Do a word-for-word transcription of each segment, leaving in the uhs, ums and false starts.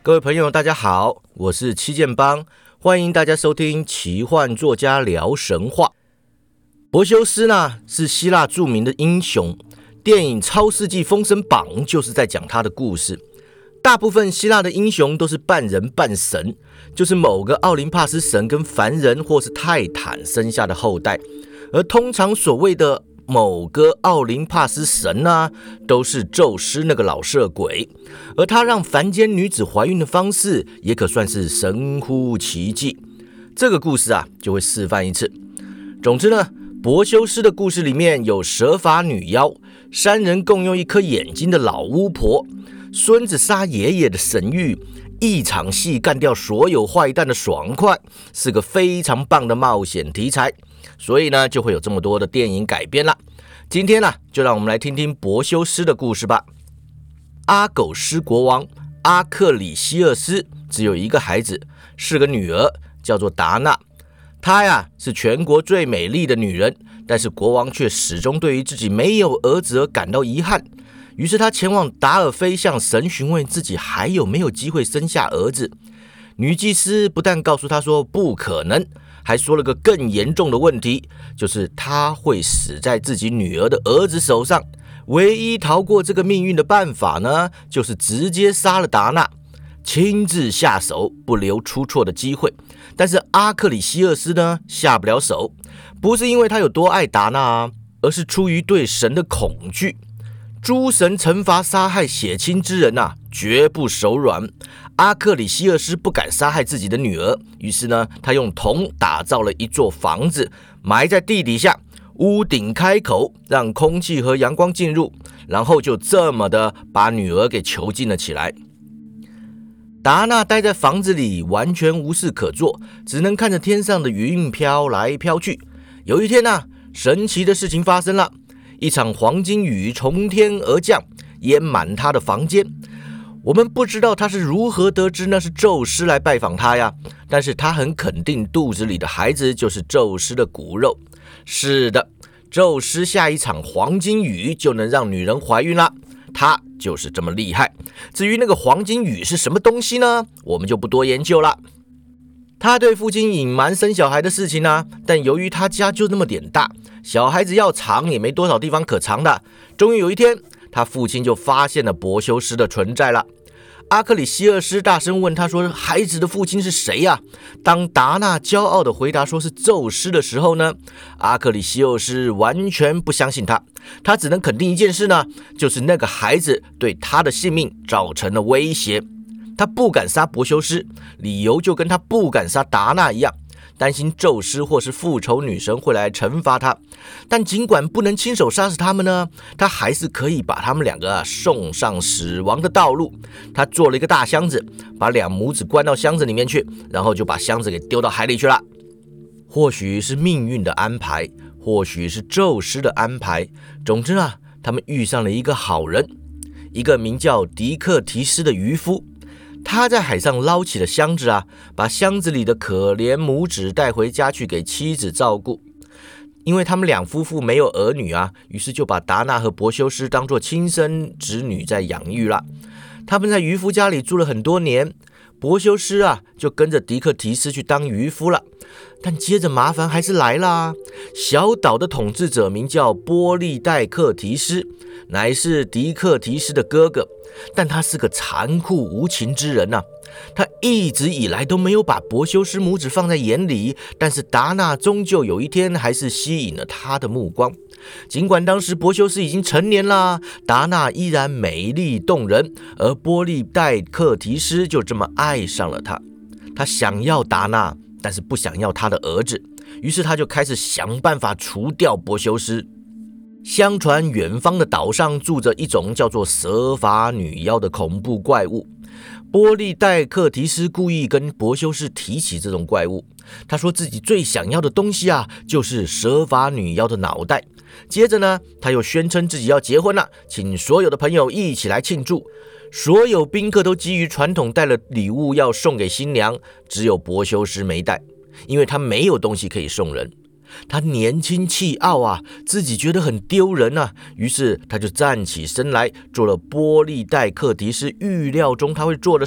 各位朋友大家好，我是七剑帮，欢迎大家收听奇幻作家聊神话。柏修斯呢是希腊著名的英雄，电影《超世纪封神榜》就是在讲他的故事。大部分希腊的英雄都是半人半神，就是某个奥林帕斯神跟凡人或是泰坦生下的后代，而通常所谓的某个奥林帕斯神啊，都是宙斯那个老色鬼，而他让凡间女子怀孕的方式也可算是神乎其技。这个故事啊就会示范一次。总之呢，柏修斯的故事里面有蛇发女妖、三人共用一颗眼睛的老巫婆、孙子杀爷爷的神谕，一场戏干掉所有坏蛋的爽快，是个非常棒的冒险题材。所以呢，就会有这么多的电影改编啦。今天呢、啊，就让我们来听听柏修斯的故事吧。阿苟斯国王阿克里西厄斯只有一个孩子，是个女儿，叫做达娜。她呀是全国最美丽的女人，但是国王却始终对于自己没有儿子而感到遗憾。于是他前往达尔菲向神询问自己还有没有机会生下儿子。女祭司不但告诉他说不可能，还说了个更严重的问题，就是他会死在自己女儿的儿子手上。唯一逃过这个命运的办法呢，就是直接杀了达娜，亲自下手，不留出错的机会。但是阿克里西厄斯呢，下不了手，不是因为他有多爱达娜啊，而是出于对神的恐惧。诸神惩罚杀害血亲之人啊，绝不手软。阿克里西厄斯不敢杀害自己的女儿，于是呢，他用铜打造了一座房子，埋在地底下，屋顶开口，让空气和阳光进入，然后就这么的把女儿给囚禁了起来。达娜待在房子里，完全无事可做，只能看着天上的云飘来飘去。有一天呢、啊，神奇的事情发生了。一场黄金雨从天而降，淹满他的房间。我们不知道他是如何得知那是宙斯来拜访他呀，但是他很肯定肚子里的孩子就是宙斯的骨肉。是的，宙斯下一场黄金雨就能让女人怀孕了，他就是这么厉害。至于那个黄金雨是什么东西呢，我们就不多研究了。他对父亲隐瞒生小孩的事情啊，但由于他家就那么点大，小孩子要藏也没多少地方可藏的。终于有一天，他父亲就发现了柏修斯的存在了。阿克里西厄斯大声问他说：“孩子的父亲是谁呀、啊？”当达娜骄傲地回答说是宙斯的时候呢，阿克里西厄斯完全不相信他。他只能肯定一件事呢，就是那个孩子对他的性命造成了威胁。他不敢杀柏修斯，理由就跟他不敢杀达娜一样，担心宙斯或是复仇女神会来惩罚他。但尽管不能亲手杀死他们呢，他还是可以把他们两个、啊、送上死亡的道路。他做了一个大箱子，把两母子关到箱子里面去，然后就把箱子给丢到海里去了。或许是命运的安排，或许是宙斯的安排，总之啊，他们遇上了一个好人，一个名叫狄克提斯的渔夫。他在海上捞起了箱子啊，把箱子里的可怜母子带回家去给妻子照顾。因为他们两夫妇没有儿女啊，于是就把达娜和柏修斯当作亲生子女在养育了。他们在渔夫家里住了很多年，柏修斯啊就跟着狄克提斯去当渔夫了。但接着麻烦还是来啦。小岛的统治者名叫波利代克提斯，乃是狄克提斯的哥哥，但他是个残酷无情之人啊。他一直以来都没有把柏修斯母子放在眼里，但是达娜终究有一天还是吸引了他的目光。尽管当时柏修斯已经成年啦，达娜依然美丽动人，而波利代克提斯就这么爱上了他。他想要达娜，但是不想要他的儿子，于是他就开始想办法除掉柏修斯。相传远方的岛上住着一种叫做蛇发女妖的恐怖怪物。波利代克提斯故意跟柏修斯提起这种怪物，他说自己最想要的东西啊，就是蛇发女妖的脑袋。接着呢，他又宣称自己要结婚了，请所有的朋友一起来庆祝。所有宾客都基于传统带了礼物要送给新娘，只有柏修斯没带，因为他没有东西可以送人。他年轻气傲啊，自己觉得很丢人啊，于是他就站起身来，做了波利代克提斯预料中他会做的事。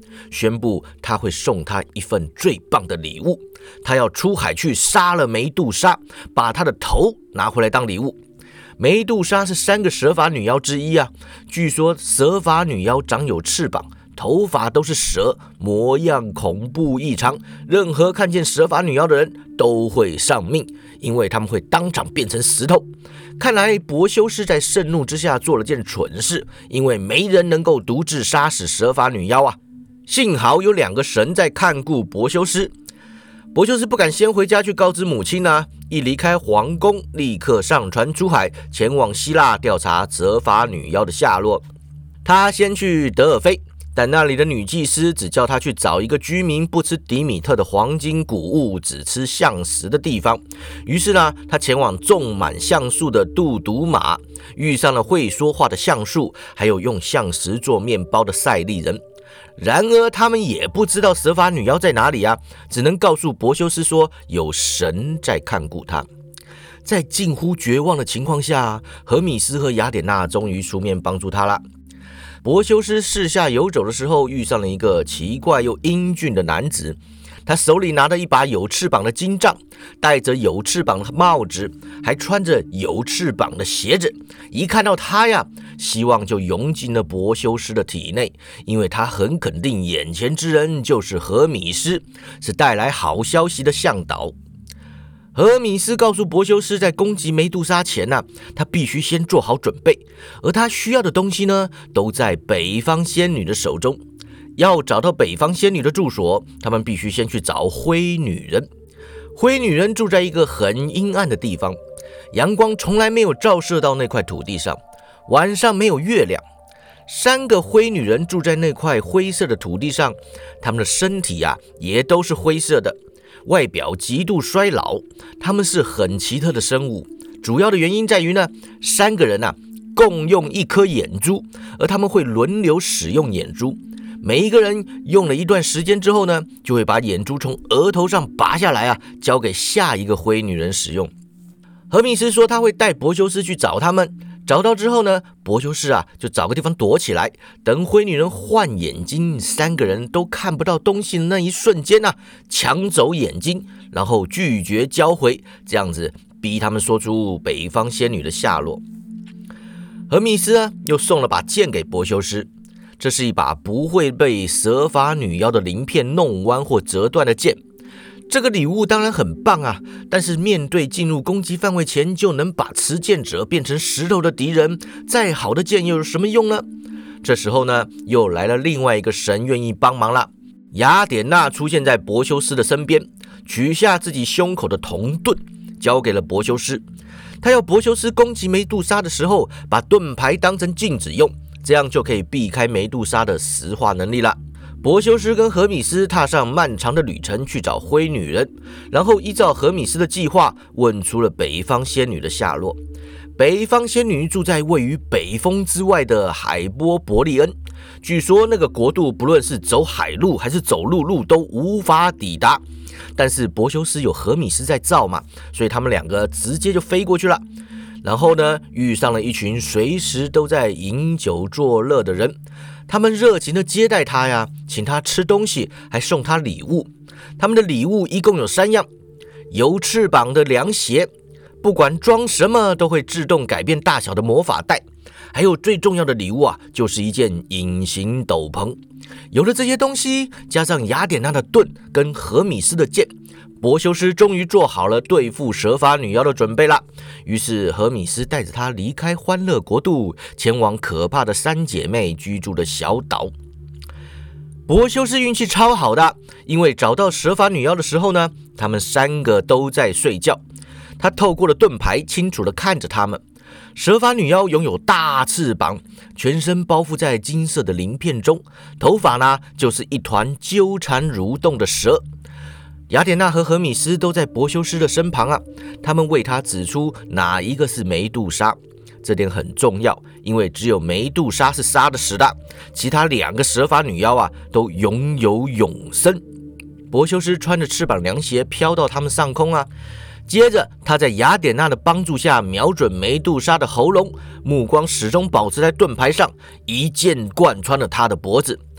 宣布他会送他一份最棒的礼物，他要出海去杀了梅杜莎，把他的头拿回来当礼物。梅杜莎是三个蛇发女妖之一啊，据说蛇发女妖长有翅膀，头发都是蛇，模样恐怖异常，任何看见蛇发女妖的人都会丧命，因为他们会当场变成石头。看来柏修斯在盛怒之下做了件蠢事，因为没人能够独自杀死蛇发女妖啊。幸好有两个神在看顾柏修斯。柏修斯不敢先回家去告知母亲啊，一离开皇宫，立刻上船出海，前往希腊调查蛇发女妖的下落。他先去德尔菲，但那里的女祭司只叫他去找一个居民不吃迪米特的黄金谷物，只吃橡石的地方。于是呢，他前往种满橡树的杜笃马，遇上了会说话的橡树，还有用橡石做面包的赛利人。然而他们也不知道蛇发女妖在哪里啊，只能告诉柏修斯说有神在看顾他。在近乎绝望的情况下，荷米斯和雅典娜终于出面帮助他了。柏修斯四下游走的时候，遇上了一个奇怪又英俊的男子，他手里拿着一把有翅膀的金杖，戴着有翅膀的帽子，还穿着有翅膀的鞋子。一看到他呀，希望就涌进了柏修斯的体内，因为他很肯定眼前之人就是荷米斯，是带来好消息的向导。荷米斯告诉柏修斯，在攻击梅杜莎前、啊、他必须先做好准备，而他需要的东西呢，都在北方仙女的手中。要找到北方仙女的住所，他们必须先去找灰女人。灰女人住在一个很阴暗的地方，阳光从来没有照射到那块土地上，晚上没有月亮。三个灰女人住在那块灰色的土地上，她们的身体啊也都是灰色的，外表极度衰老。她们是很奇特的生物，主要的原因在于呢，三个人啊共用一颗眼珠，而他们会轮流使用眼珠。每一个人用了一段时间之后呢，就会把眼珠从额头上拔下来啊，交给下一个灰女人使用。荷米斯说他会带柏修斯去找他们，找到之后呢，柏修斯啊就找个地方躲起来，等灰女人换眼睛，三个人都看不到东西的那一瞬间啊，抢走眼睛，然后拒绝交回，这样子逼他们说出北方仙女的下落。荷米斯啊又送了把剑给柏修斯，这是一把不会被蛇发女妖的鳞片弄弯或折断的剑。这个礼物当然很棒啊，但是面对进入攻击范围前就能把持剑者变成石头的敌人，再好的剑又有什么用呢？这时候呢，又来了另外一个神愿意帮忙了。雅典娜出现在柏修斯的身边，取下自己胸口的铜盾，交给了柏修斯。他要柏修斯攻击梅杜莎的时候，把盾牌当成镜子用，这样就可以避开梅杜莎的石化能力了。柏修斯跟荷米斯踏上漫长的旅程去找灰女人，然后依照荷米斯的计划问出了北方仙女的下落。北方仙女住在位于北风之外的海波伯利恩，据说那个国度不论是走海路还是走陆路都无法抵达，但是柏修斯有荷米斯在造嘛，所以他们两个直接就飞过去了。然后呢，遇上了一群随时都在饮酒作乐的人，他们热情的接待他呀，请他吃东西，还送他礼物。他们的礼物一共有三样：有翅膀的凉鞋，不管装什么都会自动改变大小的魔法袋，还有最重要的礼物啊，就是一件隐形斗篷。有了这些东西，加上雅典娜的盾跟荷米斯的剑，柏修斯终于做好了对付蛇发女妖的准备了。于是荷米斯带着他离开欢乐国度，前往可怕的三姐妹居住的小岛。柏修斯运气超好的，因为找到蛇发女妖的时候呢，他们三个都在睡觉。他透过了盾牌清楚地看着他们。蛇发女妖拥有大翅膀，全身包覆在金色的鳞片中，头发呢就是一团纠缠蠕动的蛇。雅典娜和荷米斯都在柏修斯的身旁啊，他们为他指出哪一个是梅杜莎。这点很重要，因为只有梅杜莎是杀得死的，其他两个蛇发女妖啊都拥有永生。柏修斯穿着翅膀凉鞋飘到他们上空啊，接着他在雅典娜的帮助下瞄准梅杜莎的喉咙，目光始终保持在盾牌上，一剑贯穿了她的脖子。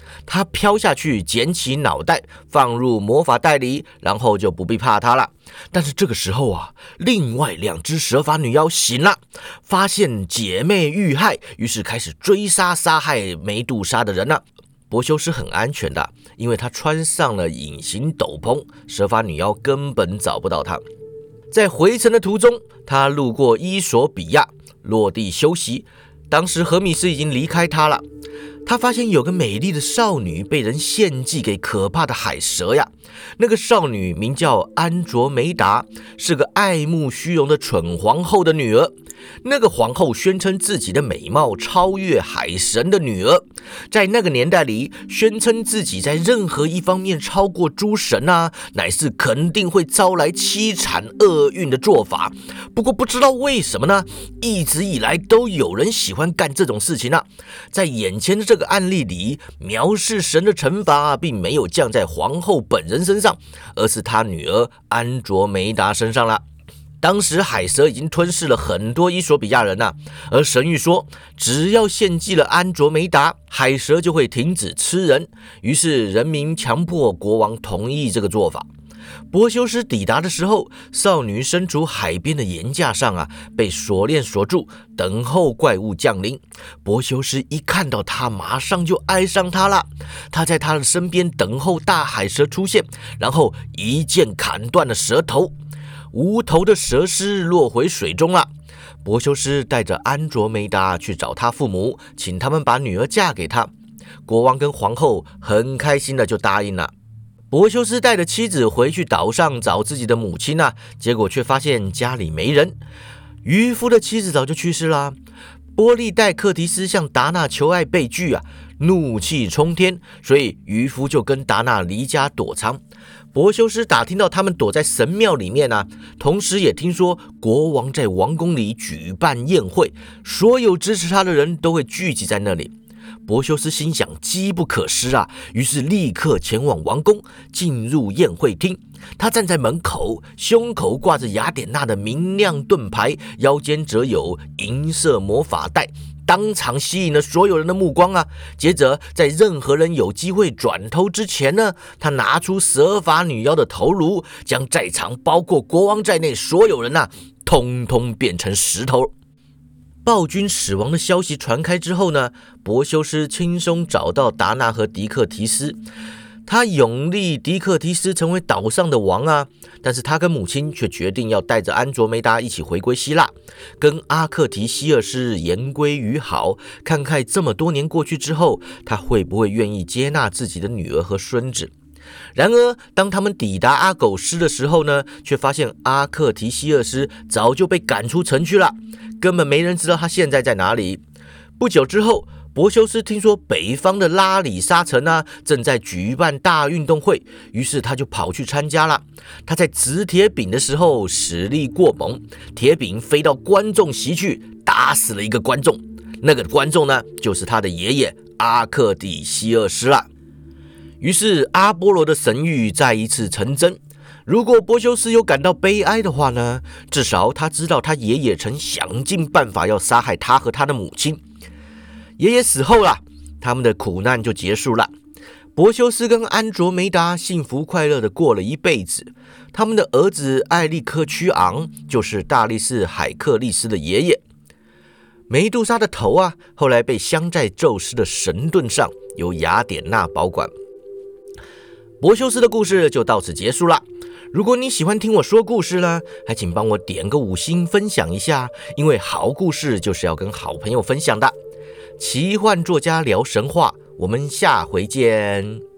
他飘下去捡起脑袋放入魔法袋里，然后就不必怕他了。但是这个时候啊，另外两只蛇发女妖醒了，发现姐妹遇害，于是开始追杀杀害梅杜莎的人了。柏修斯很安全的，因为他穿上了隐形斗篷，蛇发女妖根本找不到他。在回程的途中，他路过伊索比亚，落地休息。当时荷米斯已经离开他了。他发现有个美丽的少女被人献祭给可怕的海蛇呀。那个少女名叫安卓梅达，是个爱慕虚荣的蠢皇后的女儿。那个皇后宣称自己的美貌超越海神的女儿，在那个年代里，宣称自己在任何一方面超过诸神啊，乃是肯定会招来凄惨厄运的做法。不过不知道为什么呢，一直以来都有人喜欢干这种事情啊。在眼前的这个案例里，藐视神的惩罚啊，并没有降在皇后本人身上，而是她女儿安卓梅达身上了。当时海蛇已经吞噬了很多伊索比亚人啊，而神谕说，只要献祭了安卓梅达，海蛇就会停止吃人。于是人民强迫国王同意这个做法。柏修斯抵达的时候，少女身处海边的岩架上啊，被锁链锁住，等候怪物降临。柏修斯一看到她，马上就爱上她了。他在她的身边等候大海蛇出现，然后一剑砍断了蛇头。无头的蛇尸落回水中了。柏修斯带着安卓梅达去找他父母，请他们把女儿嫁给他。国王跟皇后很开心的就答应了。柏修斯带着妻子回去岛上找自己的母亲啊，结果却发现家里没人。渔夫的妻子早就去世了。波利戴克提斯向达纳求爱被拒啊，怒气冲天，所以渔夫就跟达纳离家躲藏。柏修斯打听到他们躲在神庙里面啊，同时也听说国王在王宫里举办宴会，所有支持他的人都会聚集在那里。柏修斯心想机不可失啊，于是立刻前往王宫，进入宴会厅。他站在门口，胸口挂着雅典娜的明亮盾牌，腰间则有银色魔法带，当场吸引了所有人的目光啊！接着，在任何人有机会转头之前呢，他拿出蛇发女妖的头颅，将在场包括国王在内所有人啊，通通变成石头。暴君死亡的消息传开之后呢，柏修斯轻松找到达纳和迪克提斯。他拥立迪克提斯成为岛上的王啊，但是他跟母亲却决定要带着安卓梅达一起回归希腊，跟阿克提西厄斯言归于好，看看这么多年过去之后，他会不会愿意接纳自己的女儿和孙子。然而当他们抵达阿狗斯的时候呢，却发现阿克提西厄斯早就被赶出城去了，根本没人知道他现在在哪里。不久之后，柏修斯听说北方的拉里沙城啊正在举办大运动会，于是他就跑去参加了。他在掷铁饼的时候使力过猛，铁饼飞到观众席去，打死了一个观众。那个观众呢，就是他的爷爷阿克底西厄斯了。于是阿波罗的神谕再一次成真。如果柏修斯有感到悲哀的话呢，至少他知道他爷爷曾想尽办法要杀害他和他的母亲。爷爷死后了，他们的苦难就结束了。柏修斯跟安卓梅达幸福快乐的过了一辈子。他们的儿子艾利克屈昂就是大力士海克利斯的爷爷。梅杜莎的头啊，后来被镶在宙斯的神盾上，由雅典娜保管。柏修斯的故事就到此结束了。如果你喜欢听我说故事呢，还请帮我点个五星分享一下，因为好故事就是要跟好朋友分享的。奇幻作家聊神话，我们下回见。